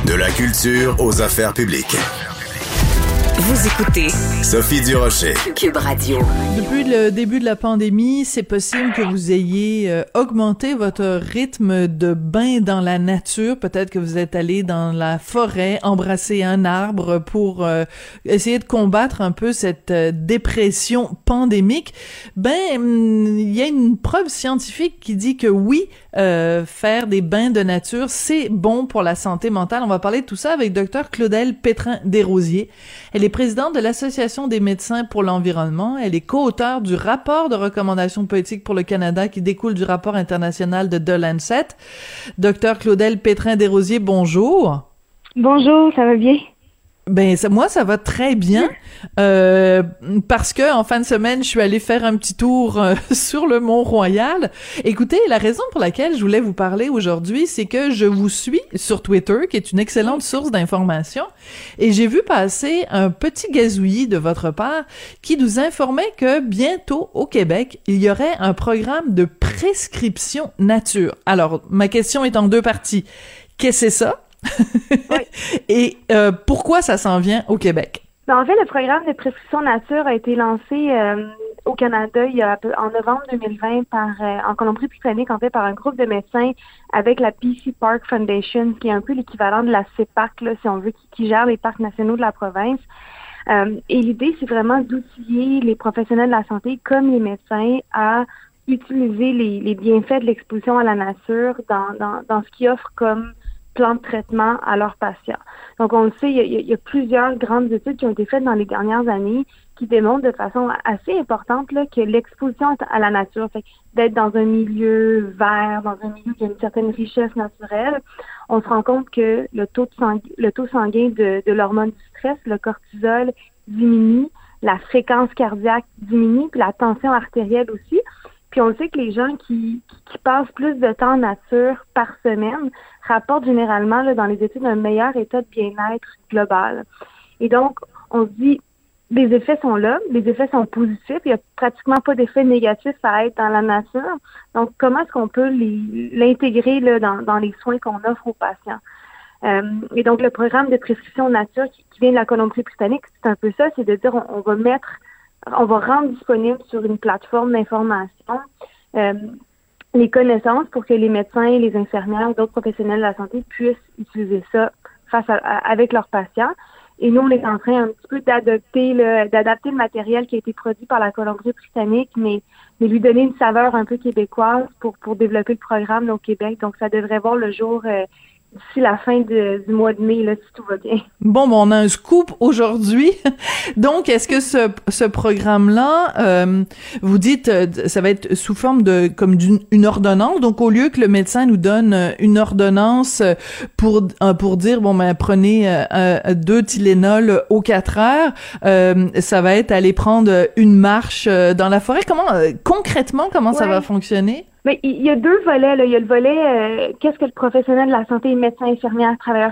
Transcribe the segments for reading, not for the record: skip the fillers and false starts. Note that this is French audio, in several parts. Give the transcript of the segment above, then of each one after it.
De la culture aux affaires publiques. Vous écoutez Sophie Durocher. Cube Radio. Depuis le début de la pandémie, c'est possible que vous ayez augmenté votre rythme de bain dans la nature. Peut-être que vous êtes allé dans la forêt, embrasser un arbre pour essayer de combattre un peu cette dépression pandémique. Il y a une preuve scientifique qui dit que oui, faire des bains de nature, c'est bon pour la santé mentale. On va parler de tout ça avec Dr Claudel Pétrin-Desrosiers. Elle est présidente de l'Association des médecins pour l'environnement. Elle est co-auteure du rapport de recommandations politiques pour le Canada qui découle du rapport international de The Lancet. Dr Claudel Pétrin-Desrosiers, bonjour. Bonjour, ça va bien? Moi, ça va très bien, parce que en fin de semaine, je suis allée faire un petit tour sur le Mont-Royal. Écoutez, la raison pour laquelle je voulais vous parler aujourd'hui, c'est que je vous suis sur Twitter, qui est une excellente source d'information, et j'ai vu passer un petit gazouillis de votre part qui nous informait que bientôt, au Québec, il y aurait un programme de prescription nature. Alors, ma question est en deux parties. Qu'est-ce que c'est ça? Oui. Et pourquoi ça s'en vient au Québec? En fait, le programme de prescription nature a été lancé au Canada en novembre 2020 en Colombie-Britannique, en fait, par un groupe de médecins avec la BC Park Foundation, qui est un peu l'équivalent de la CEPAC, là, si on veut, qui gère les parcs nationaux de la province. Et l'idée, c'est vraiment d'outiller les professionnels de la santé comme les médecins à utiliser les bienfaits de l'exposition à la nature dans ce qu'ils offrent comme plan de traitement à leurs patients. Donc, on le sait, il y a plusieurs grandes études qui ont été faites dans les dernières années qui démontrent de façon assez importante là, que l'exposition à la nature, fait d'être dans un milieu vert, dans un milieu qui a une certaine richesse naturelle, on se rend compte que le taux sanguin de l'hormone du stress, le cortisol, diminue, la fréquence cardiaque diminue, puis la tension artérielle aussi. Puis on sait que les gens qui passent plus de temps en nature par semaine rapportent généralement là, dans les études un meilleur état de bien-être global. Et donc, on se dit, les effets sont là, les effets sont positifs, il n'y a pratiquement pas d'effet négatif à être dans la nature. Donc, comment est-ce qu'on peut l'intégrer là, dans les soins qu'on offre aux patients? Et donc, le programme de prescription nature qui vient de la Colombie-Britannique, c'est un peu ça, c'est de dire on va rendre disponible sur une plateforme d'information les connaissances pour que les médecins, les infirmières, d'autres professionnels de la santé puissent utiliser ça avec leurs patients. Et nous, on est en train un petit peu d'adapter le matériel qui a été produit par la Colombie-Britannique, mais lui donner une saveur un peu québécoise pour développer le programme là, au Québec. Donc, ça devrait voir le jour d'ici la fin du mois de mai, là, si tout va bien. Bon, on a un scoop aujourd'hui. Donc, est-ce que ce programme-là, vous dites, ça va être sous forme d'une ordonnance. Donc, au lieu que le médecin nous donne une ordonnance pour dire, prenez 2 Tylenol aux 4 heures, ça va être aller prendre une marche dans la forêt. Concrètement, ça va fonctionner? Mais il y a deux volets. Là. Il y a le volet qu'est-ce que le professionnel de la santé, médecin, infirmière, travailleur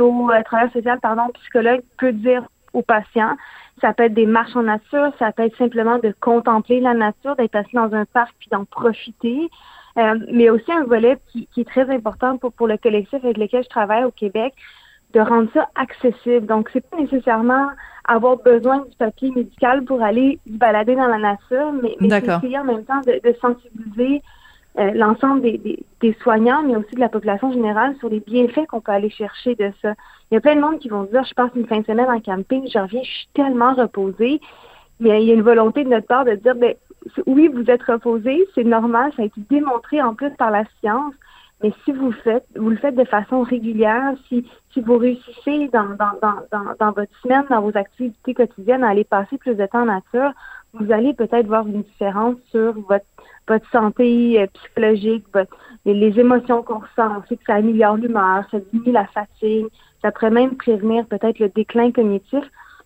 social, psychologue peut dire aux patients. Ça peut être des marches en nature, ça peut être simplement de contempler la nature, d'être assis dans un parc puis d'en profiter. Mais aussi un volet qui est très important pour le collectif avec lequel je travaille au Québec, de rendre ça accessible. Donc, c'est pas nécessairement avoir besoin du papier médical pour aller se balader dans la nature, mais c'est essayer en même temps de sensibiliser l'ensemble des soignants, mais aussi de la population générale sur les bienfaits qu'on peut aller chercher de ça. Il y a plein de monde qui vont se dire, je passe une fin de semaine en camping, je reviens, je suis tellement reposée. Mais il y a une volonté de notre part de dire, oui, vous êtes reposé, c'est normal, ça a été démontré en plus par la science, mais si vous le faites de façon régulière, si vous réussissez dans votre semaine, dans vos activités quotidiennes, à aller passer plus de temps en nature, vous allez peut-être voir une différence sur votre santé psychologique, les émotions qu'on ressent. On sait que ça améliore l'humeur, ça diminue la fatigue, ça pourrait même prévenir peut-être le déclin cognitif.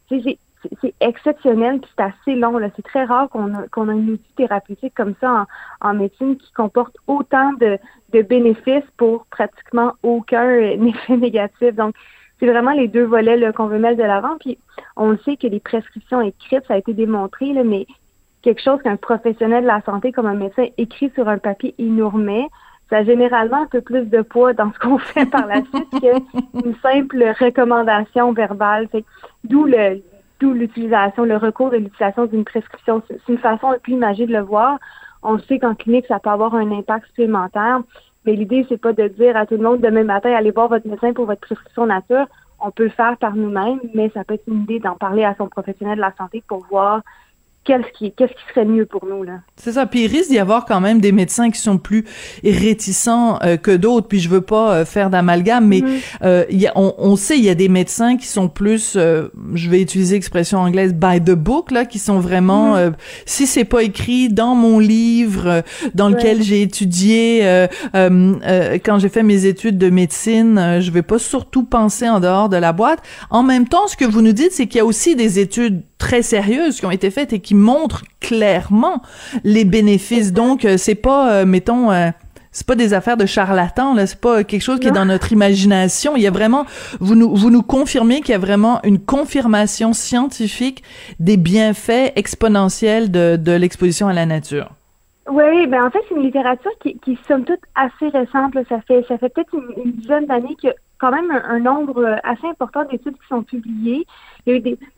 C'est exceptionnel, puis c'est assez long. Là. C'est très rare qu'on a un outil thérapeutique comme ça en médecine qui comporte autant de bénéfices pour pratiquement aucun effet négatif. Donc, c'est vraiment les deux volets là, qu'on veut mettre de l'avant. Puis, on le sait que les prescriptions écrites, ça a été démontré, là, mais quelque chose qu'un professionnel de la santé comme un médecin écrit sur un papier, il nous remet, ça a généralement un peu plus de poids dans ce qu'on fait par la suite qu'une simple recommandation verbale. Fait que d'où l'utilisation, le recours de l'utilisation d'une prescription. C'est une façon un peu imagée de le voir. On sait qu'en clinique, ça peut avoir un impact supplémentaire, mais l'idée, c'est pas de dire à tout le monde demain matin, allez voir votre médecin pour votre prescription nature. On peut le faire par nous-mêmes, mais ça peut être une idée d'en parler à son professionnel de la santé pour voir qu'est-ce qui serait mieux pour nous, là. C'est ça. Puis il risque d'y avoir quand même des médecins qui sont plus réticents que d'autres. Puis je veux pas faire d'amalgame, mais on sait il y a des médecins qui sont plus, je vais utiliser l'expression anglaise by the book, là, qui sont vraiment, si c'est pas écrit dans mon livre dans lequel j'ai étudié quand j'ai fait mes études de médecine, je vais pas surtout penser en dehors de la boîte. En même temps, ce que vous nous dites, c'est qu'il y a aussi des études très sérieuses qui ont été faites et qui montrent clairement les bénéfices. Donc, c'est pas, c'est pas des affaires de charlatans, là. C'est pas quelque chose qui est dans notre imagination. Il y a vraiment, vous nous confirmez qu'il y a vraiment une confirmation scientifique des bienfaits exponentiels de l'exposition à la nature. Oui, ben en fait, c'est une littérature qui somme toute assez récente, là. Ça fait peut-être une dizaine d'années qu'il y a quand même un nombre assez important d'études qui sont publiées. Il y a eu des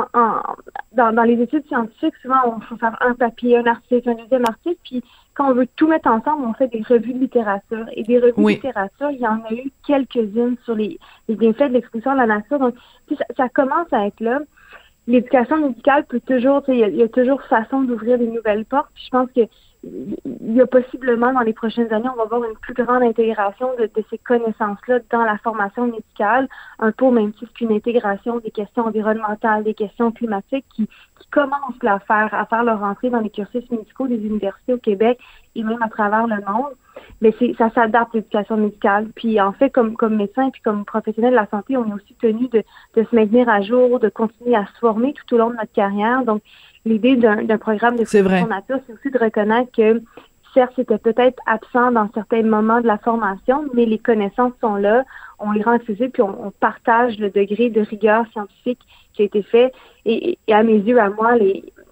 dans les études scientifiques, souvent on faut faire un papier, un article, un deuxième article, puis quand on veut tout mettre ensemble, on fait des revues de littérature. Et des revues de littérature, il y en a eu quelques-unes sur les bienfaits de l'exposition à la nature. Donc, ça commence à être là. L'éducation médicale peut toujours, il y a toujours façon d'ouvrir des nouvelles portes. Puis je pense que il y a possiblement dans les prochaines années, on va voir une plus grande intégration de ces connaissances-là dans la formation médicale, un peu au même titre qu'une intégration des questions environnementales, des questions climatiques qui commencent là, à faire leur entrée dans les cursus médicaux des universités au Québec et même à travers le monde. Mais ça s'adapte l'éducation médicale. Puis en fait, comme médecin puis comme professionnel de la santé, on est aussi tenu de se maintenir à jour, de continuer à se former tout au long de notre carrière. Donc, l'idée d'un programme de formation nature, c'est aussi de reconnaître que, certes, c'était peut-être absent dans certains moments de la formation, mais les connaissances sont là, on les rend accessibles, puis on partage le degré de rigueur scientifique qui a été fait. Et à mes yeux, à moi,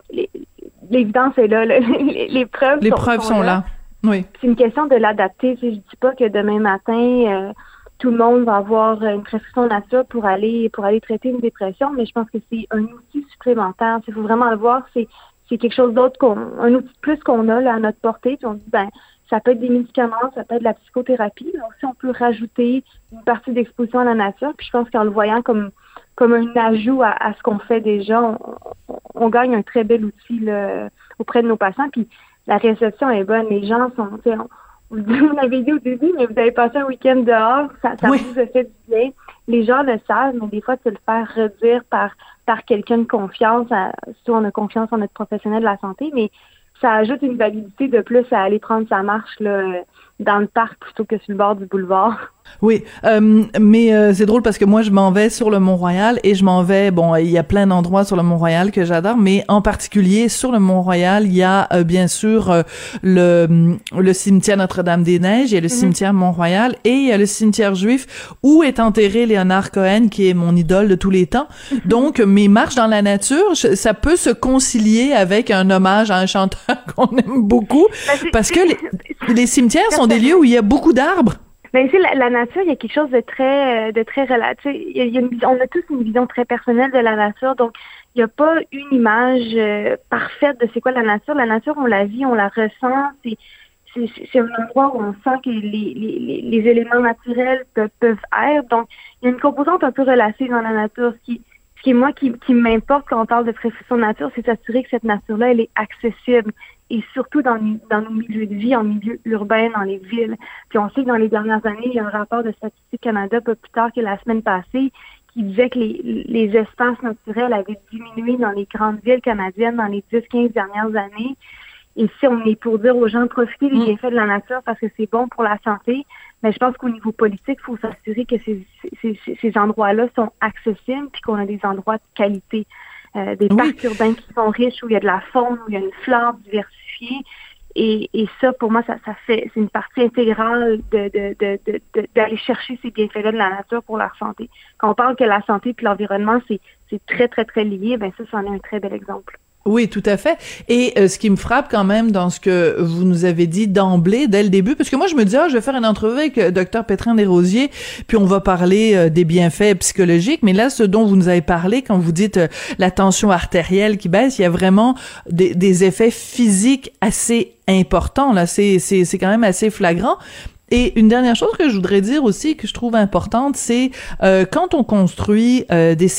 l'évidence est là, les preuves sont là. Oui. C'est une question de l'adapter. Je dis pas que demain matin, tout le monde va avoir une prescription nature pour aller traiter une dépression, mais je pense que c'est un outil supplémentaire. Il faut vraiment le voir, c'est quelque chose d'autre un outil de plus qu'on a là, à notre portée. Puis on dit ça peut être des médicaments, ça peut être de la psychothérapie, mais aussi on peut rajouter une partie d'exposition à la nature. Puis je pense qu'en le voyant comme un ajout à ce qu'on fait déjà, on gagne un très bel outil là, auprès de nos patients. Puis la réception est bonne. Les gens sont, vous l'avez dit au début, mais vous avez passé un week-end dehors, ça vous a fait du bien. Les gens le savent, mais des fois, c'est le faire redire par quelqu'un de confiance, si on a confiance en notre professionnel de la santé, mais ça ajoute une validité de plus à aller prendre sa marche là, dans le parc plutôt que sur le bord du boulevard. Oui, mais c'est drôle parce que moi je m'en vais sur le Mont-Royal et je m'en vais, bon, il y a plein d'endroits sur le Mont-Royal que j'adore, mais en particulier sur le Mont-Royal, il y a bien sûr le cimetière Notre-Dame-des-Neiges, il y a le cimetière Mont-Royal et il y a le cimetière juif où est enterré Leonard Cohen, qui est mon idole de tous les temps. Donc mes marches dans la nature, ça peut se concilier avec un hommage à un chanteur qu'on aime beaucoup parce que les cimetières sont des lieux où il y a beaucoup d'arbres. Ben ici, la nature, il y a quelque chose de très relatif. On a tous une vision très personnelle de la nature, donc il n'y a pas une image parfaite de c'est quoi la nature. La nature, on la vit, on la ressent. C'est un endroit où on sent que les éléments naturels peuvent être. Donc, il y a une composante un peu relative dans la nature. Ce qui m'importe quand on parle de prescription nature, c'est s'assurer que cette nature-là, elle est accessible. Et surtout dans nos milieux de vie, en milieu urbain, dans les villes. Puis on sait que dans les dernières années, il y a un rapport de Statistique Canada, pas plus tard que la semaine passée, qui disait que les espaces naturels avaient diminué dans les grandes villes canadiennes dans les 10-15 dernières années. Et si on est pour dire aux gens de profiter des bienfaits de la nature parce que c'est bon pour la santé, mais je pense qu'au niveau politique, il faut s'assurer que ces endroits-là sont accessibles puis qu'on a des endroits de qualité. Des parcs urbains qui sont riches, où il y a de la faune, où il y a une flore diversifiée. Et ça, pour moi, c'est une partie intégrale d'aller chercher ces bienfaits-là de la nature pour leur santé. Quand on parle que la santé et l'environnement, c'est très, très, très lié, ben ça, c'en est un très bel exemple. Oui, tout à fait. Et ce qui me frappe quand même dans ce que vous nous avez dit d'emblée, dès le début, parce que moi je me dis, je vais faire une entrevue avec Dr Pétrin-Desrosiers, puis on va parler des bienfaits psychologiques, mais là, ce dont vous nous avez parlé, quand vous dites la tension artérielle qui baisse, il y a vraiment des effets physiques assez importants, là, c'est quand même assez flagrant. Et une dernière chose que je voudrais dire aussi, que je trouve importante, c'est quand on construit des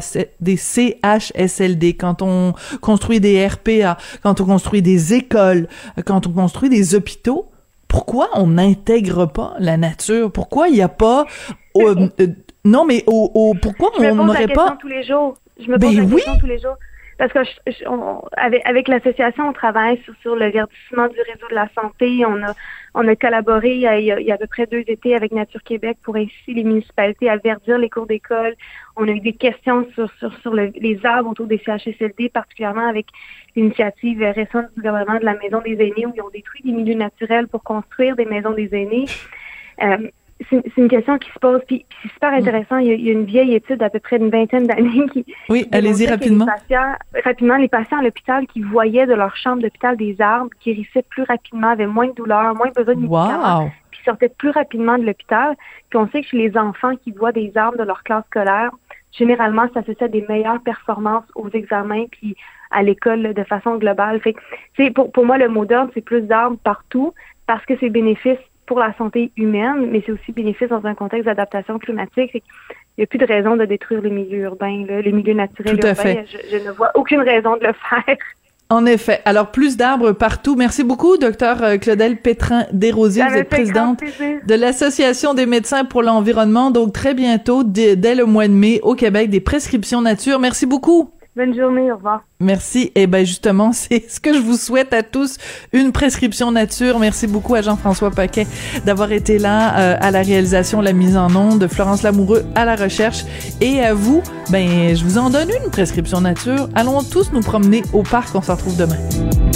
CHSLD, quand on construit des RPA, quand on construit des écoles, quand on construit des hôpitaux, pourquoi on n'intègre pas la nature? Pourquoi il n'y a pas... non, mais pourquoi on n'aurait pas... tous les jours. Je me pose la question tous les jours. Parce que avec l'association, on travaille sur le verdissement du réseau de la santé. On a collaboré il y a à peu près 2 étés avec Nature Québec pour inciter les municipalités à verdir les cours d'école. On a eu des questions sur les arbres autour des CHSLD, particulièrement avec l'initiative récente du gouvernement de la Maison des aînés, où ils ont détruit des milieux naturels pour construire des maisons des aînés. C'est une question qui se pose, puis c'est super intéressant. Il y a une vieille étude d'à peu près une vingtaine d'années qui... Oui, allez-y rapidement. Les patients à l'hôpital qui voyaient de leur chambre d'hôpital des arbres, guérissaient plus rapidement, avaient moins de douleur, moins besoin de médicaments, puis sortaient plus rapidement de l'hôpital. Puis on sait que chez les enfants qui voient des arbres de leur classe scolaire, généralement, ça s'associe à des meilleures performances aux examens puis à l'école là, de façon globale. Fait que, pour moi, le mot d'ordre, c'est plus d'arbres partout parce que c'est bénéfice pour la santé humaine, mais c'est aussi bénéfice dans un contexte d'adaptation climatique. Il n'y a plus de raison de détruire les milieux urbains, là, les milieux naturels urbains. Fait. Je ne vois aucune raison de le faire. En effet. Alors, plus d'arbres partout. Merci beaucoup, Dr Claudel Pétrin-Desrosiers. Vous êtes présidente de l'Association des médecins pour l'environnement. Donc, très bientôt, dès le mois de mai, au Québec, des prescriptions nature. Merci beaucoup. Bonne journée, au revoir. Merci. Et ben justement, c'est ce que je vous souhaite à tous, une prescription nature. Merci beaucoup à Jean-François Paquet d'avoir été là à la réalisation, la mise en onde, de Florence Lamoureux à la recherche. Et à vous, je vous en donne une prescription nature. Allons tous nous promener au parc. On se retrouve demain.